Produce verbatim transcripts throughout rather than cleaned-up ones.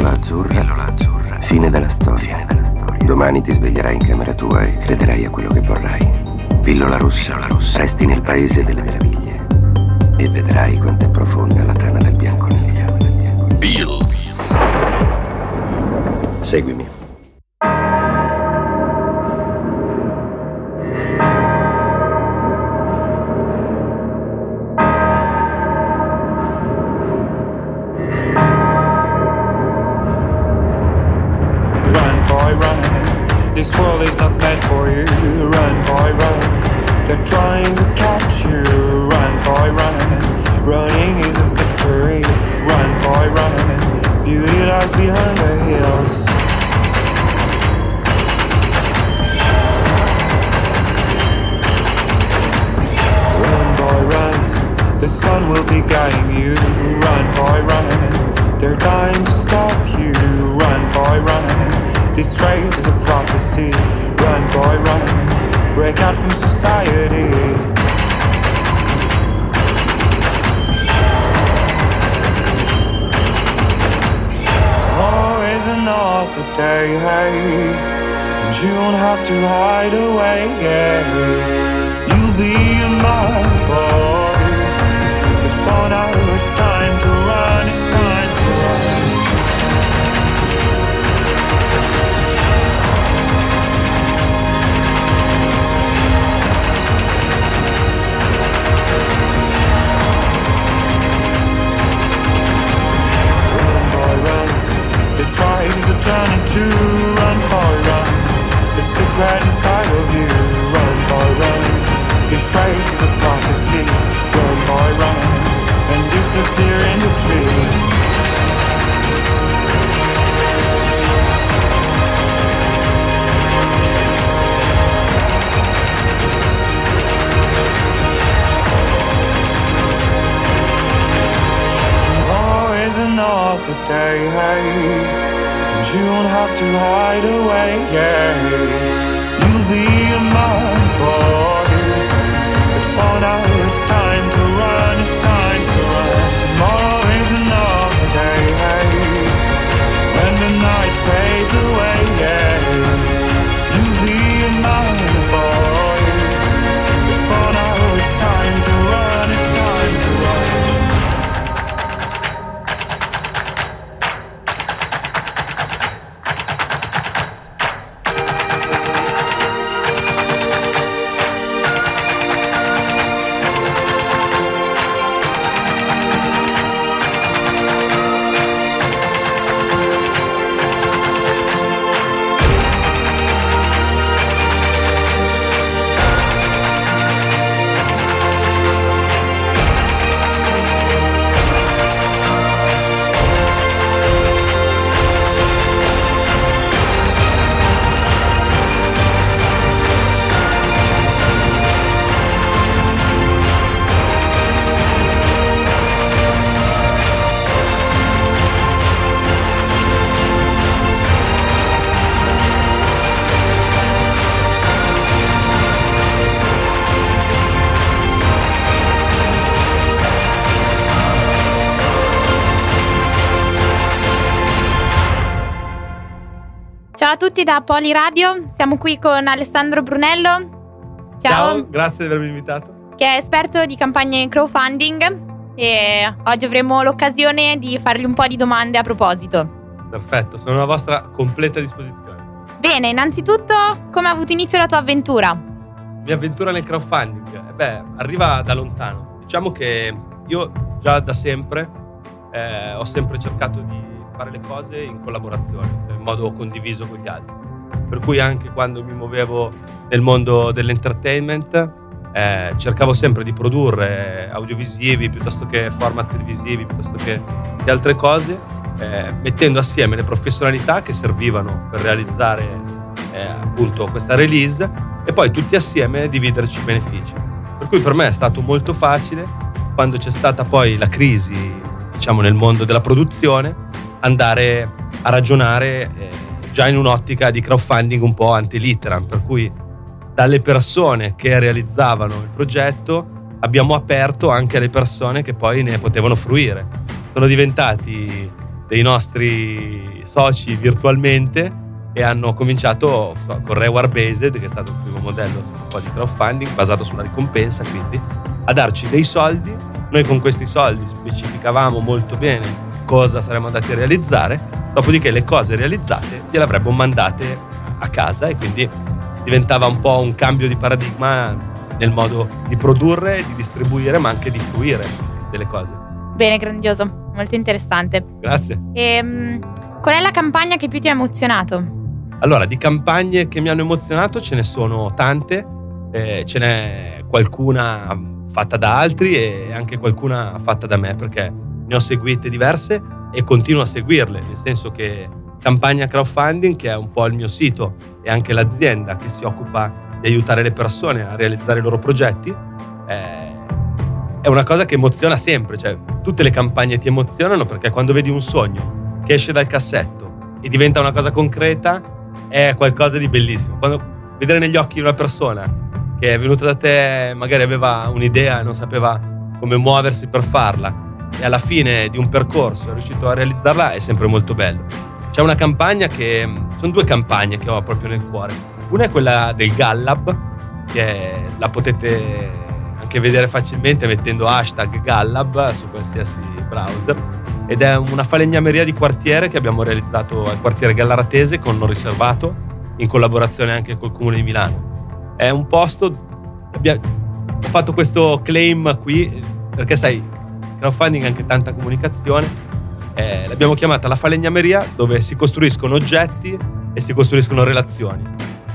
Pillola azzurra. Pillola azzurra. Fine della storia. Fine della storia. Domani ti sveglierai in camera tua e crederai a quello che vorrai. Pillola rossa. Pillola rossa. Resti nel paese delle meraviglie e vedrai quanto è profonda la tana del bianconiglio. Pills. Seguimi. This world is not meant for you. Run, boy, run. They're trying to catch you. Run, boy, run. Running is a victory. Run, boy, run. Beauty lies behind the hills. Run, boy, run. The sun will be guiding you. Run, boy, run. They're dying to stop you. Run, boy, run. This race is a prophecy. Run, boy, run. Break out from society. Oh, is another day, hey, and you don't have to hide away, yeah. You'll be a man, boy, but for now it's time to run, it's time to run. This ride is a journey to run, boy, run. The secret inside of you, run, boy, run. This race is a prophecy, run, boy, run. And disappear in the trees. Tomorrow is another day, hey, and you don't have to hide away, yeah. You'll be a man, boy, but for now it's time to run, it's time to run. Tomorrow is another day, hey, when the night fades away, yeah. You'll be a man, boy, but for now it's time to run, it's time to run. Ciao a tutti da Poliradio, siamo qui con Alessandro Brunello. Ciao. Ciao, grazie di avermi invitato. Che è esperto di campagne crowdfunding e oggi avremo l'occasione di fargli un po' di domande a proposito. Perfetto, sono a vostra completa disposizione. Bene, innanzitutto, come ha avuto inizio la tua avventura? Mia avventura nel crowdfunding? Eh beh, arriva da lontano. Diciamo che io già da sempre eh, ho sempre cercato di fare le cose in collaborazione, in modo condiviso con gli altri. Per cui anche quando mi muovevo nel mondo dell'entertainment eh, cercavo sempre di produrre audiovisivi piuttosto che format televisivi, piuttosto che, che altre cose, eh, mettendo assieme le professionalità che servivano per realizzare eh, appunto questa release e poi tutti assieme dividerci i benefici. Per cui per me è stato molto facile, quando c'è stata poi la crisi, diciamo, nel mondo della produzione, andare a ragionare eh, già in un'ottica di crowdfunding un po' ante litteram, per cui dalle persone che realizzavano il progetto abbiamo aperto anche alle persone che poi ne potevano fruire. Sono diventati dei nostri soci virtualmente e hanno cominciato con Reward Based, che è stato il primo modello un po' di crowdfunding basato sulla ricompensa, quindi a darci dei soldi. Noi con questi soldi specificavamo molto bene cosa saremmo andati a realizzare, dopodiché le cose realizzate gliele avremmo mandate a casa e quindi diventava un po' un cambio di paradigma nel modo di produrre, di distribuire, ma anche di fruire delle cose. Bene, grandioso, molto interessante. Grazie. E, qual è la campagna che più ti ha emozionato? Allora, di campagne che mi hanno emozionato ce ne sono tante, eh, ce n'è qualcuna fatta da altri e anche qualcuna fatta da me, perché ne ho seguite diverse e continuo a seguirle, nel senso che Campagna Crowdfunding, che è un po' il mio sito e anche l'azienda che si occupa di aiutare le persone a realizzare i loro progetti, eh, è una cosa che emoziona sempre. Cioè, tutte le campagne ti emozionano perché quando vedi un sogno che esce dal cassetto e diventa una cosa concreta è qualcosa di bellissimo. Quando vedere negli occhi una persona che è venuta da te, magari aveva un'idea e non sapeva come muoversi per farla e alla fine di un percorso è riuscito a realizzarla, è sempre molto bello. C'è una campagna che sono due campagne che ho proprio nel cuore. Una è quella del Gallab, che la potete anche vedere facilmente mettendo hashtag Gallab su qualsiasi browser, ed è una falegnameria di quartiere che abbiamo realizzato al quartiere Gallaratese con Non Riservato, in collaborazione anche col Comune di Milano. È un posto, abbia, ho fatto questo claim qui perché sai, crowdfunding è anche tanta comunicazione, eh, l'abbiamo chiamata la falegnameria, dove si costruiscono oggetti e si costruiscono relazioni.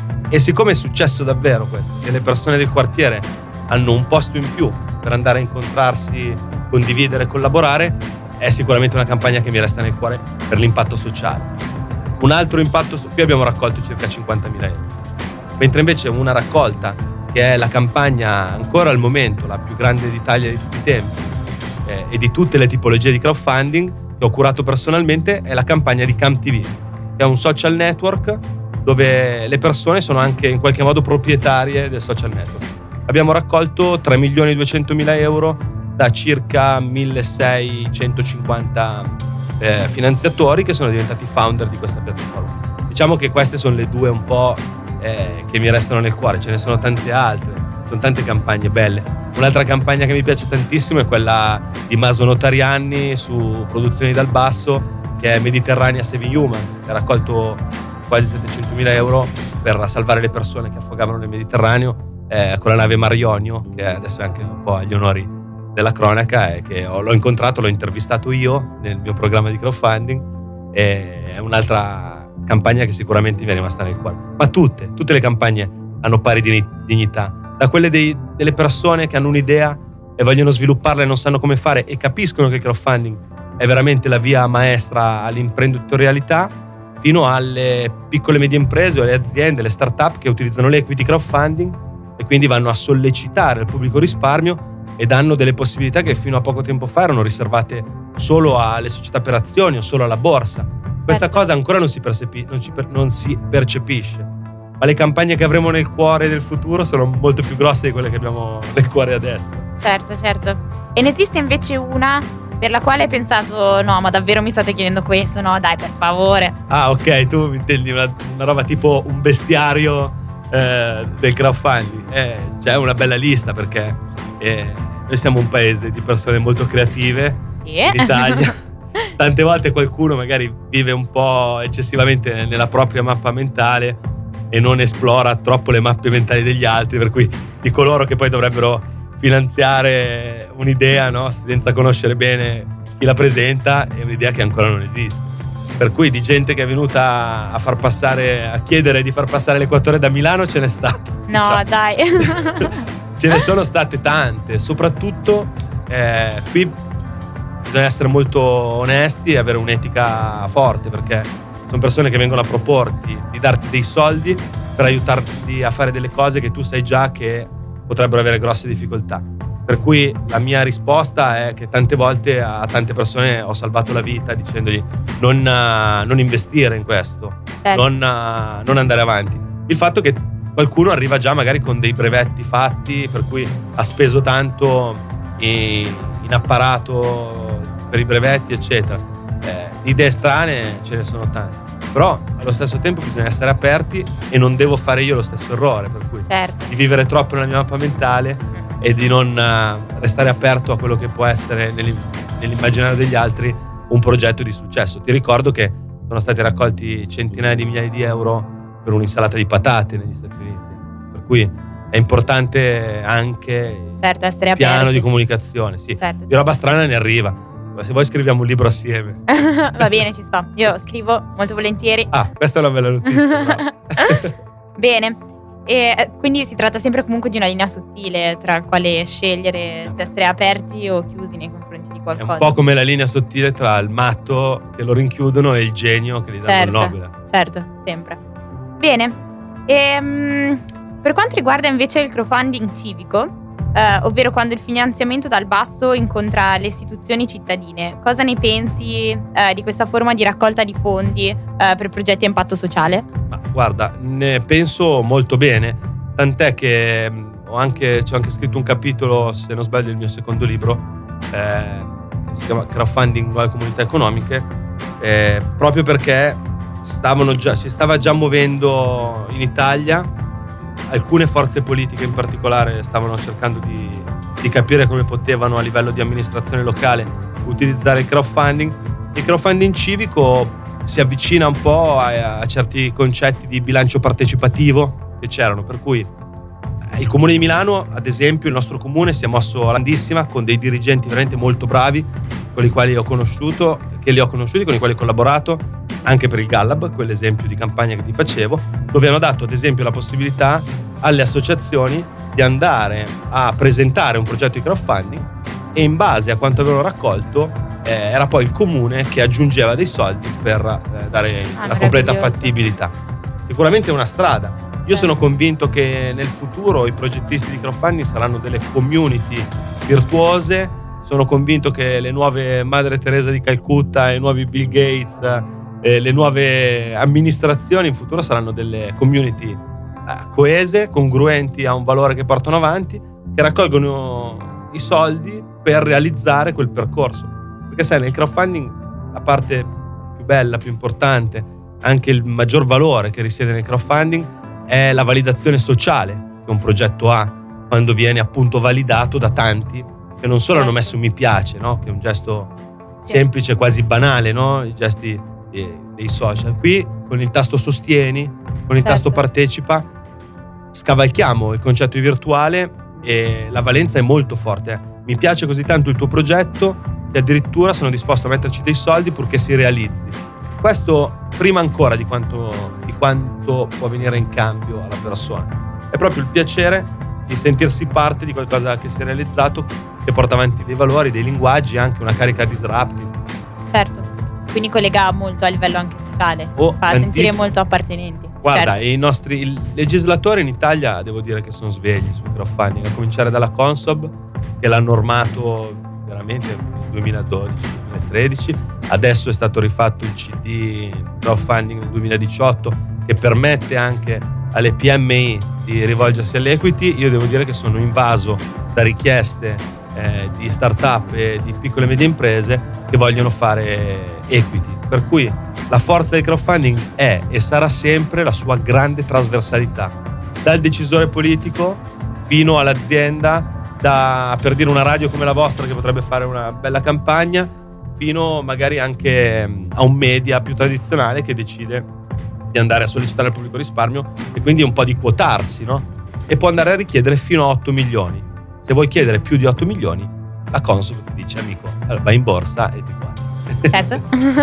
E siccome è successo davvero questo, che le persone del quartiere hanno un posto in più per andare a incontrarsi, condividere, collaborare, è sicuramente una campagna che mi resta nel cuore per l'impatto sociale. Un altro impatto, qui abbiamo raccolto circa cinquantamila euro, mentre invece una raccolta che è la campagna ancora al momento la più grande d'Italia di tutti i tempi eh, e di tutte le tipologie di crowdfunding che ho curato personalmente, è la campagna di CamTV, che è un social network dove le persone sono anche in qualche modo proprietarie del social network. Abbiamo raccolto tre milioni duecentomila euro da circa milleseicentocinquanta eh, finanziatori che sono diventati founder di questa piattaforma. Diciamo che queste sono le due un po' eh, che mi restano nel cuore, ce ne sono tante altre, sono tante campagne belle. Un'altra campagna che mi piace tantissimo è quella di Maso Notarianni su Produzioni dal Basso, che è Mediterranea Saving Humans, che ha raccolto quasi settecentomila euro per salvare le persone che affogavano nel Mediterraneo eh, con la nave Marionio, che adesso è anche un po' agli onori della cronaca e che ho, l'ho incontrato, l'ho intervistato io nel mio programma di crowdfunding, e è un'altra campagna che sicuramente mi è rimasta nel cuore. Ma tutte, tutte le campagne hanno pari dignità, da quelle dei, delle persone che hanno un'idea e vogliono svilupparla e non sanno come fare e capiscono che il crowdfunding è veramente la via maestra all'imprenditorialità, fino alle piccole e medie imprese o alle aziende, le start-up che utilizzano l'equity crowdfunding e quindi vanno a sollecitare il pubblico risparmio e danno delle possibilità che fino a poco tempo fa erano riservate solo alle società per azioni o solo alla borsa. Questa certo. cosa ancora non si, percepi, non, ci per, non si percepisce, ma le campagne che avremo nel cuore del futuro sono molto più grosse di quelle che abbiamo nel cuore adesso. Certo, certo. E ne esiste invece una per la quale hai pensato no, ma davvero mi state chiedendo questo? No, dai, per favore. Ah, ok, tu intendi una, una roba tipo un bestiario eh, del crowdfunding. Eh, c'è una bella lista perché eh, noi siamo un paese di persone molto creative, sì. in Italia. Tante volte qualcuno magari vive un po' eccessivamente nella propria mappa mentale e non esplora troppo le mappe mentali degli altri, per cui di coloro che poi dovrebbero finanziare un'idea, no? Senza conoscere bene chi la presenta, è un'idea che ancora non esiste. Per cui di gente che è venuta a far passare, a chiedere di far passare l'equatore da Milano ce n'è stata. No, diciamo. dai. Ce ne sono state tante, soprattutto eh, qui bisogna essere molto onesti e avere un'etica forte, perché sono persone che vengono a proporti di darti dei soldi per aiutarti a fare delle cose che tu sai già che potrebbero avere grosse difficoltà. Per cui la mia risposta è che tante volte a tante persone ho salvato la vita dicendogli non, uh, non investire in questo, certo. non, uh, non andare avanti. Il fatto che qualcuno arriva già magari con dei brevetti fatti, per cui ha speso tanto in, in apparato per i brevetti, eccetera. Eh, idee strane ce ne sono tante, però allo stesso tempo bisogna essere aperti e non devo fare io lo stesso errore, per cui certo. di vivere troppo nella mia mappa mentale e di non uh, restare aperto a quello che può essere nell'immaginario degli altri un progetto di successo. Ti ricordo che sono stati raccolti centinaia di migliaia di euro per un'insalata di patate negli Stati Uniti, per cui è importante anche certo, essere il piano aperti. di comunicazione. Sì. Certo, di roba strana ne arriva. Se vuoi scriviamo un libro assieme. Va bene, ci sto. Io scrivo molto volentieri. Ah, questa è una bella notizia. Bene. E quindi si tratta sempre comunque di una linea sottile tra il quale scegliere se essere aperti o chiusi nei confronti di È qualcosa. un po' come la linea sottile tra il matto che lo rinchiudono e il genio che gli danno certo, il Nobel. Certo, sempre. Bene. Ehm, per quanto riguarda invece il crowdfunding civico, eh, ovvero quando il finanziamento dal basso incontra le istituzioni cittadine, cosa ne pensi eh, di questa forma di raccolta di fondi eh, per progetti a impatto sociale? Ma guarda, ne penso molto bene, tant'è che ho anche, ci ho anche scritto un capitolo, se non sbaglio, del mio secondo libro, eh, che si chiama Crowdfunding Nuove Comunità Economiche, eh, proprio perché stavano già, si stava già muovendo in Italia. Alcune forze politiche in particolare stavano cercando di, di capire come potevano a livello di amministrazione locale utilizzare il crowdfunding. Il crowdfunding civico si avvicina un po' a, a certi concetti di bilancio partecipativo che c'erano, per cui il Comune di Milano, ad esempio, il nostro comune si è mosso alla grandissima con dei dirigenti veramente molto bravi con i quali ho conosciuto, che li ho conosciuti, con i quali ho collaborato anche per il Gallab, quell'esempio di campagna che ti facevo, dove hanno dato ad esempio la possibilità alle associazioni di andare a presentare un progetto di crowdfunding e in base a quanto avevano raccolto eh, era poi il comune che aggiungeva dei soldi per eh, dare ah, la completa fattibilità. Sicuramente è una strada. Io sono convinto che nel futuro i progettisti di crowdfunding saranno delle community virtuose. Sono convinto che le nuove Madre Teresa di Calcutta, i nuovi Bill Gates, eh, le nuove amministrazioni in futuro saranno delle community eh, coese, congruenti a un valore che portano avanti, che raccolgono i soldi per realizzare quel percorso. Perché sai, nel crowdfunding la parte più bella, più importante, anche il maggior valore che risiede nel crowdfunding è la validazione sociale che un progetto ha quando viene appunto validato da tanti che non solo hanno messo un mi piace, no? Che è un gesto sì. semplice, quasi banale, no? I gesti eh, dei social. Qui con il tasto sostieni, con il certo. tasto partecipa, scavalchiamo il concetto di virtuale e la valenza è molto forte. Mi piace così tanto il tuo progetto che addirittura sono disposto a metterci dei soldi purché si realizzi. Questo prima ancora di quanto, di quanto può venire in cambio alla persona. È proprio il piacere di sentirsi parte di qualcosa che si è realizzato, che porta avanti dei valori, dei linguaggi, anche una carica disruptive. Certo, quindi collega molto a livello anche sociale, oh, fa tantissimo. Sentire molto appartenenti. Guarda, certo. i nostri i legislatori in Italia devo dire che sono svegli sul crowdfunding, a cominciare dalla Consob, che l'ha normato veramente nel duemiladodici duemilatredici, adesso è stato rifatto il C D crowdfunding nel duemiladiciotto che permette anche alle P M I di rivolgersi all'equity. Io devo dire che sono invaso da richieste eh, di start-up e di piccole e medie imprese che vogliono fare equity, per cui la forza del crowdfunding è e sarà sempre la sua grande trasversalità, dal decisore politico fino all'azienda, da, per dire, una radio come la vostra che potrebbe fare una bella campagna, fino magari anche a un media più tradizionale che decide di andare a sollecitare il pubblico risparmio e quindi un po' di quotarsi, no? E può andare a richiedere fino a otto milioni. Se vuoi chiedere più di otto milioni, la Consob ti dice: amico, vai in borsa e ti guarda. Certo.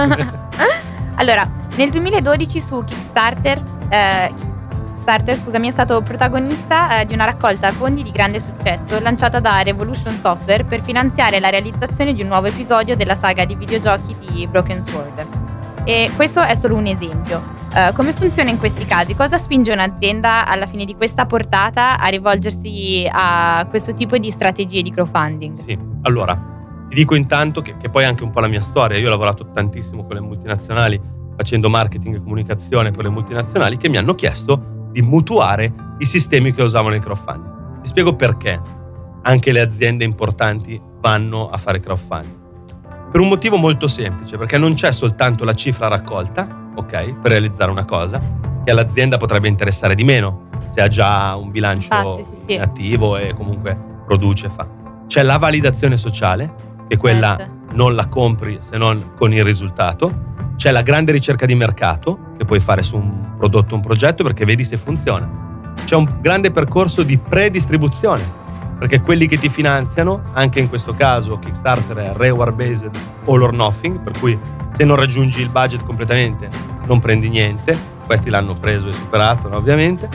Allora, nel duemiladodici su Kickstarter, eh, Kickstarter, scusami, è stato protagonista eh, di una raccolta fondi di grande successo lanciata da Revolution Software per finanziare la realizzazione di un nuovo episodio della saga di videogiochi di Broken Sword. E questo è solo un esempio. Uh, come funziona in questi casi? Cosa spinge un'azienda alla fine di questa portata a rivolgersi a questo tipo di strategie di crowdfunding? Sì, allora ti dico intanto che, che poi è anche un po' la mia storia. Io ho lavorato tantissimo con le multinazionali facendo marketing e comunicazione per le multinazionali che mi hanno chiesto di mutuare i sistemi che usavo nel crowdfunding. Ti spiego perché anche le aziende importanti vanno a fare crowdfunding. Per un motivo molto semplice, perché non c'è soltanto la cifra raccolta, ok, per realizzare una cosa, che all'azienda potrebbe interessare di meno, se ha già un bilancio Infatti, sì, sì. attivo e comunque produce e fa. C'è la validazione sociale, che quella Certo. non la compri se non con il risultato. C'è la grande ricerca di mercato, che puoi fare su un prodotto, un progetto, perché vedi se funziona. C'è un grande percorso di predistribuzione, perché quelli che ti finanziano, anche in questo caso Kickstarter è reward based all or nothing, per cui se non raggiungi il budget completamente non prendi niente. Questi l'hanno preso e superato, no, ovviamente.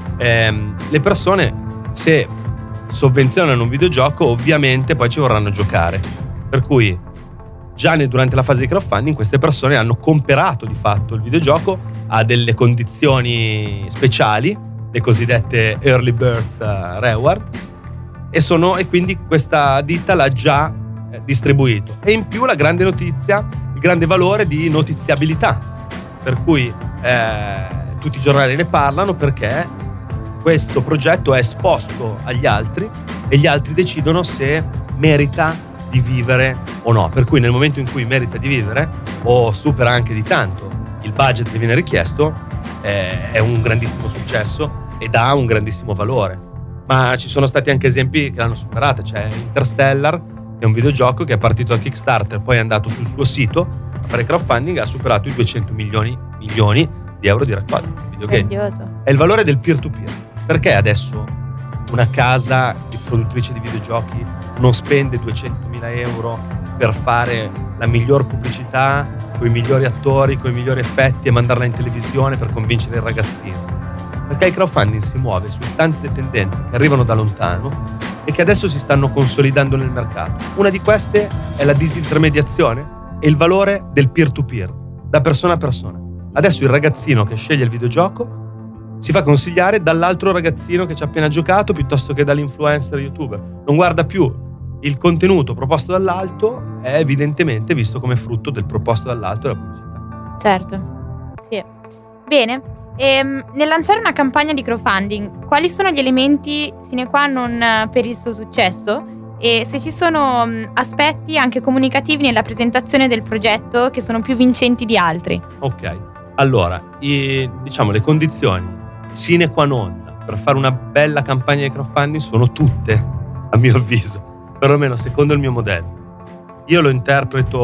Ehm, le persone, se sovvenzionano un videogioco, ovviamente poi ci vorranno giocare, per cui già nel, durante la fase di crowdfunding queste persone hanno comperato di fatto il videogioco a delle condizioni speciali, le cosiddette early birth uh, reward, e, sono, e quindi questa ditta l'ha già eh, distribuito. E in più la grande notizia, il grande valore di notiziabilità, per cui eh, tutti i giornali ne parlano, perché questo progetto è esposto agli altri e gli altri decidono se merita di vivere o no. Per cui nel momento in cui merita di vivere o supera anche di tanto il budget che viene richiesto, eh, è un grandissimo successo ed ha un grandissimo valore. Ma ci sono stati anche esempi che l'hanno superata. C'è Interstellar, che è un videogioco che è partito da Kickstarter, poi è andato sul suo sito a fare crowdfunding e ha superato i duecento milioni, milioni di euro di raccolta. Grandioso. È il valore del peer-to-peer. Perché adesso una casa di produttrice di videogiochi non spende duecentomila euro per fare la miglior pubblicità, con i migliori attori, con i migliori effetti, e mandarla in televisione per convincere il ragazzino? Perché il crowdfunding si muove su istanze e tendenze che arrivano da lontano e che adesso si stanno consolidando nel mercato. Una di queste è la disintermediazione e il valore del peer-to-peer, da persona a persona. Adesso il ragazzino che sceglie il videogioco si fa consigliare dall'altro ragazzino che ci ha appena giocato, piuttosto che dall'influencer youtuber. Non guarda più il contenuto proposto dall'alto, è evidentemente visto come frutto del proposto dall'alto della pubblicità. Certo, sì. Bene, ehm, nel lanciare una campagna di crowdfunding, quali sono gli elementi sine qua non per il suo successo? E se ci sono mh, aspetti anche comunicativi nella presentazione del progetto che sono più vincenti di altri? Ok, allora, i, diciamo le condizioni sine qua non per fare una bella campagna di crowdfunding sono tutte, a mio avviso, perlomeno secondo il mio modello. Io lo interpreto,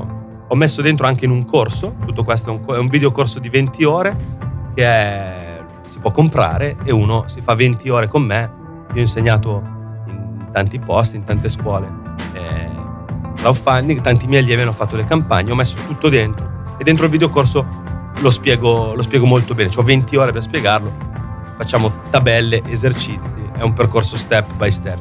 ho messo dentro anche in un corso, tutto questo è un, è un videocorso di venti ore che è, si può comprare, e uno si fa venti ore con me. Io ho insegnato in tanti posti, in tante scuole, eh, crowdfunding, tanti miei allievi hanno fatto le campagne, ho messo tutto dentro, e dentro il videocorso Lo spiego, lo spiego molto bene. C'ho venti ore per spiegarlo. Facciamo tabelle, esercizi. È un percorso step by step.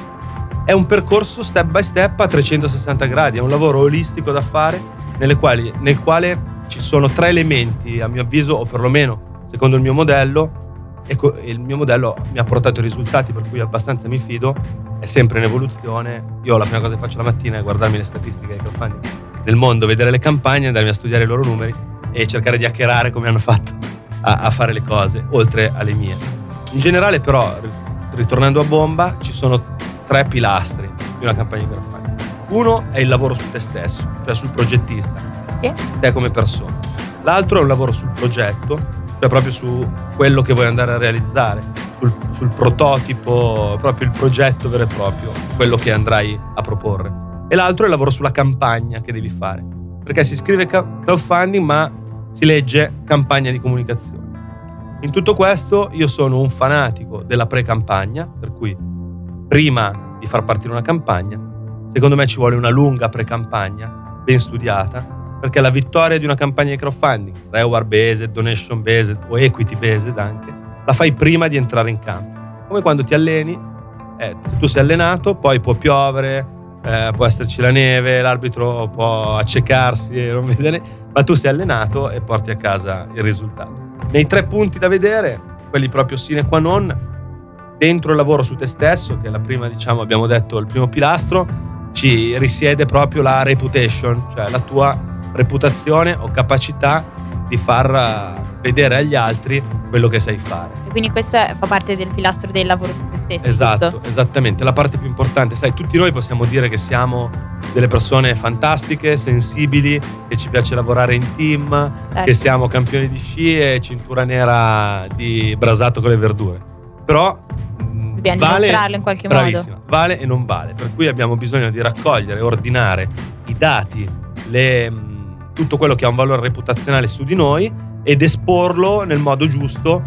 È un percorso step by step a trecentosessanta gradi. È un lavoro olistico da fare, nelle quali, nel quale ci sono tre elementi, a mio avviso, o perlomeno secondo il mio modello. E il mio modello mi ha portato i risultati, per cui abbastanza mi fido. È sempre in evoluzione. Io la prima cosa che faccio la mattina è guardarmi le statistiche del crowdfunding nel mondo, vedere le campagne, andarmi a studiare i loro numeri e cercare di hackerare come hanno fatto a, a fare le cose, oltre alle mie. In generale, però, ritornando a bomba, ci sono tre pilastri di una campagna di crowdfunding. Uno è il lavoro su te stesso, cioè sul progettista, Sì. te come persona. L'altro è un lavoro sul progetto, cioè proprio su quello che vuoi andare a realizzare, sul, sul prototipo, proprio il progetto vero e proprio, quello che andrai a proporre. E l'altro è il lavoro sulla campagna che devi fare, perché si scrive crowdfunding ma si legge campagna di comunicazione. In tutto questo io sono un fanatico della pre-campagna, per cui prima di far partire una campagna, secondo me ci vuole una lunga pre-campagna, ben studiata, perché la vittoria di una campagna di crowdfunding, reward based, donation based o equity based anche, la fai prima di entrare in campo. Come quando ti alleni, eh, se tu sei allenato, poi può piovere, eh, può esserci la neve, l'arbitro può accecarsi e non vedere, ma tu sei allenato e porti a casa il risultato. Nei tre punti da vedere, quelli proprio sine qua non, dentro il lavoro su te stesso, che è la prima, diciamo, abbiamo detto, il primo pilastro, ci risiede proprio la reputation, cioè la tua reputazione o capacità di far vedere agli altri quello che sai fare. E quindi questo fa parte del pilastro del lavoro su te stessi. Esatto, giusto? esattamente, la parte più importante. Sai, tutti noi possiamo dire che siamo delle persone fantastiche, sensibili, che ci piace lavorare in team, Certo. che siamo campioni di sci e cintura nera di brasato con le verdure. Però mh, Dobbiamo vale, dimostrarlo in qualche bravissima, modo. vale e non vale. Per cui abbiamo bisogno di raccogliere, ordinare i dati, le, mh, tutto quello che ha un valore reputazionale su di noi ed esporlo nel modo giusto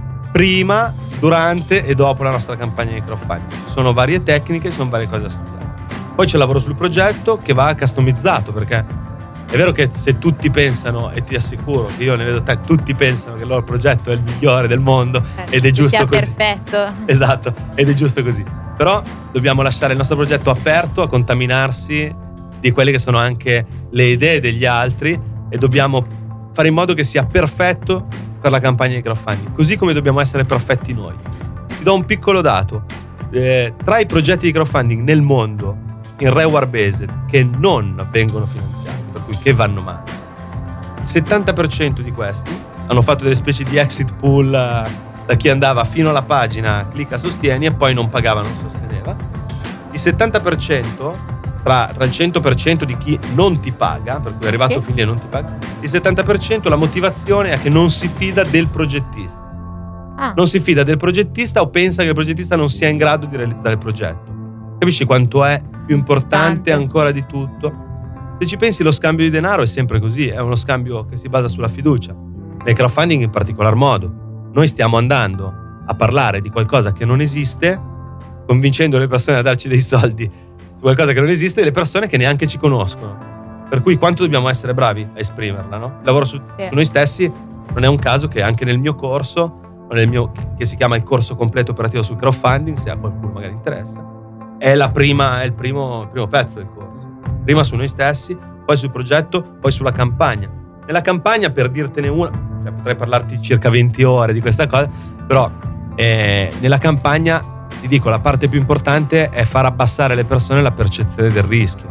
prima, durante e dopo la nostra campagna di crowdfunding. Ci sono varie tecniche, ci sono varie cose da studiare. Poi c'è il lavoro sul progetto che va customizzato, perché è vero che se tutti pensano, e ti assicuro che io ne vedo tanti, tutti pensano che il loro progetto è il migliore del mondo Certo, ed è che giusto sia così. perfetto. Esatto, ed è giusto così. Però dobbiamo lasciare il nostro progetto aperto a contaminarsi di quelle che sono anche le idee degli altri e dobbiamo fare in modo che sia perfetto per la campagna di crowdfunding, così come dobbiamo essere perfetti noi. Ti do un piccolo dato. Eh, tra i progetti di crowdfunding nel mondo in reward based che non vengono finanziati, per cui che vanno male, il settanta per cento di questi hanno fatto delle specie di exit pool eh, da chi andava fino alla pagina, clicca sostieni e poi non pagava, non sosteneva. Il settanta per cento tra, tra il cento per cento di chi non ti paga, per cui è arrivato Sì. fin lì e non ti paga, il settanta per cento la motivazione è che non si fida del progettista. Ah, Non si fida del progettista o pensa che il progettista non sia in grado di realizzare il progetto. Capisci quanto è più importante Importante. ancora di tutto? Se ci pensi, lo scambio di denaro è sempre così, è uno scambio che si basa sulla fiducia. Nel crowdfunding in particolar modo. Noi stiamo andando a parlare di qualcosa che non esiste, convincendo le persone a darci dei soldi su qualcosa che non esiste e le persone che neanche ci conoscono. Per cui quanto dobbiamo essere bravi a esprimerla, no? Il lavoro su, Sì. su noi stessi non è un caso che anche nel mio corso, o nel mio, che si chiama il corso completo operativo sul crowdfunding, se a qualcuno magari interessa, è la prima, è il primo, il primo pezzo del corso. Prima su noi stessi, poi sul progetto, poi sulla campagna. Nella campagna, per dirtene una, cioè potrei parlarti circa venti ore di questa cosa, però eh, nella campagna ti dico, la parte più importante è far abbassare alle persone la percezione del rischio.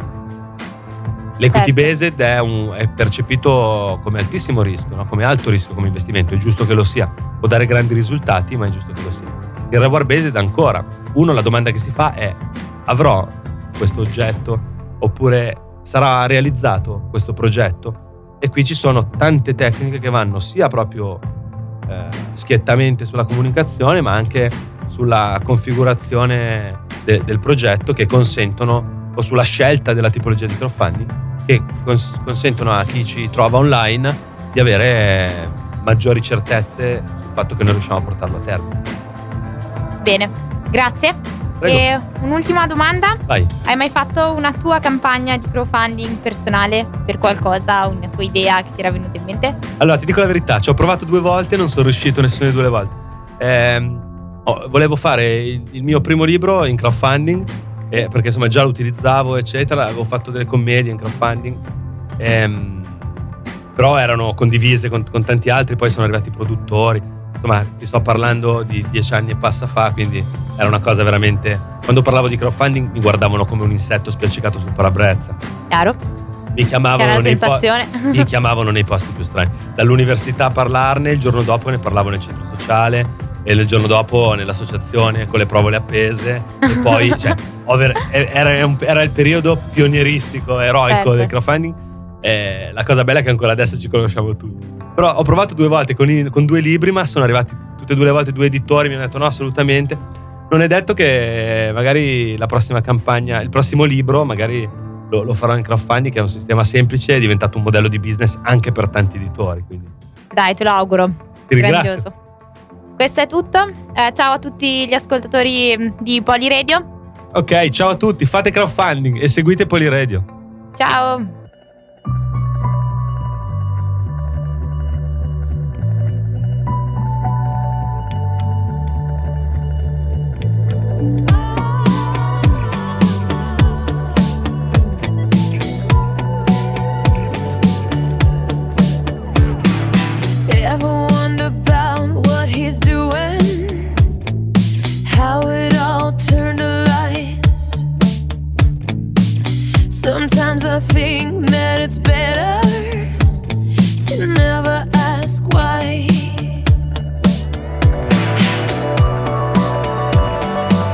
L'equity Certo. based è, un, è percepito come altissimo rischio, no? Come alto rischio come investimento, è giusto che lo sia, può dare grandi risultati, ma è giusto che lo sia. Il reward based ancora, uno, la domanda che si fa è: avrò questo oggetto oppure sarà realizzato questo progetto? E qui ci sono tante tecniche che vanno sia proprio eh, schiettamente sulla comunicazione, ma anche sulla configurazione de- del progetto, che consentono, o sulla scelta della tipologia di crowdfunding, che cons- consentono a chi ci trova online di avere maggiori certezze sul fatto che noi riusciamo a portarlo a termine. bene, grazie. Prego. E un'ultima domanda. Vai. Hai mai fatto una tua campagna di crowdfunding personale per qualcosa, una tua idea che ti era venuta in mente? Allora, ti dico la verità, ci ho provato due volte, non sono riuscito nessuna delle due volte. Ehm, oh, volevo fare il, il mio primo libro in crowdfunding, eh, perché insomma già lo utilizzavo, eccetera, avevo fatto delle commedie in crowdfunding, ehm, però erano condivise con, con tanti altri, poi sono arrivati i produttori. Insomma, ti sto parlando di dieci anni e passa fa, quindi era una cosa veramente... Quando parlavo di crowdfunding mi guardavano come un insetto spiaccicato sul parabrezza. Chiaro? Mi chiamavano, Chiara nei po- sensazione. mi chiamavano nei posti più strani. Dall'università a parlarne, il giorno dopo ne parlavo nel centro sociale e il giorno dopo nell'associazione con le provole appese. E poi, cioè, over- era, un- era il periodo pionieristico, eroico Certo. del crowdfunding. E la cosa bella è che ancora adesso ci conosciamo tutti. Però ho provato due volte con, i- con due libri, ma sono arrivati tutte e due le volte due editori, mi hanno detto no, assolutamente. Non è detto che magari la prossima campagna, il prossimo libro, magari lo, lo farò in crowdfunding, che è un sistema semplice, è diventato un modello di business anche per tanti editori. Quindi Dai, te lo auguro. ti ringrazio. Grandioso. Questo è tutto. Eh, ciao a tutti gli ascoltatori di Polyradio. Ok, ciao a tutti, fate crowdfunding e seguite Polyradio. Ciao. Ever wonder about what he's doing? How it all turned to lies? Sometimes I think that it's better to never ask why.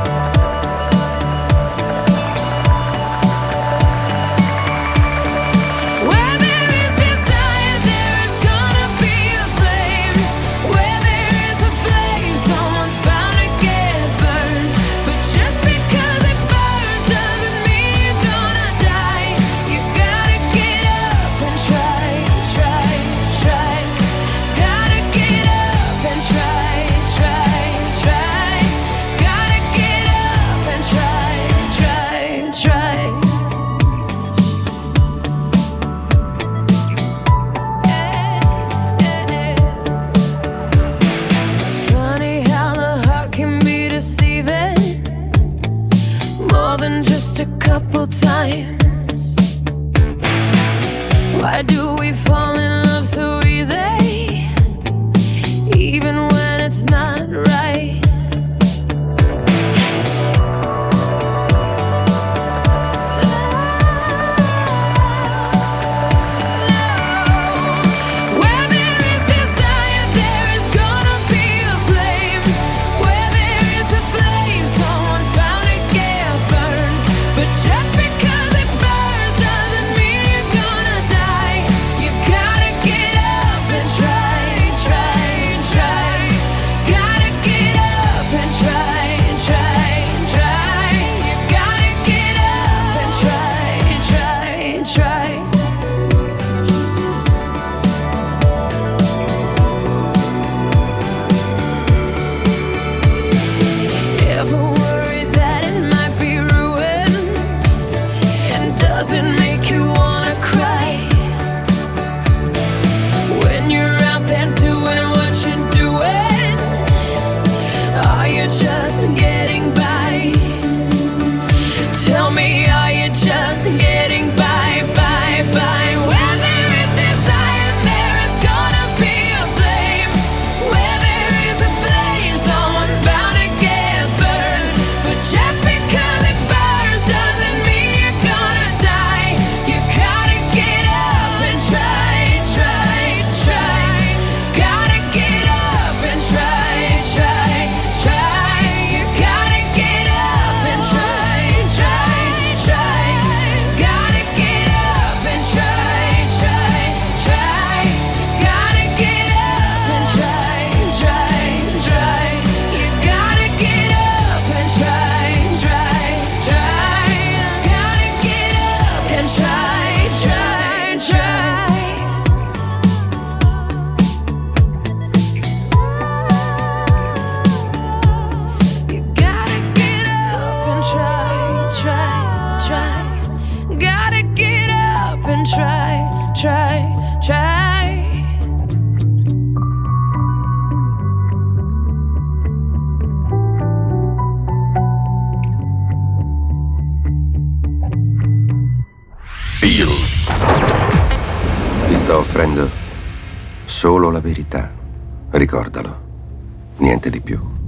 Bills. Ti sto offrendo solo la verità. Ricordalo. Niente di più.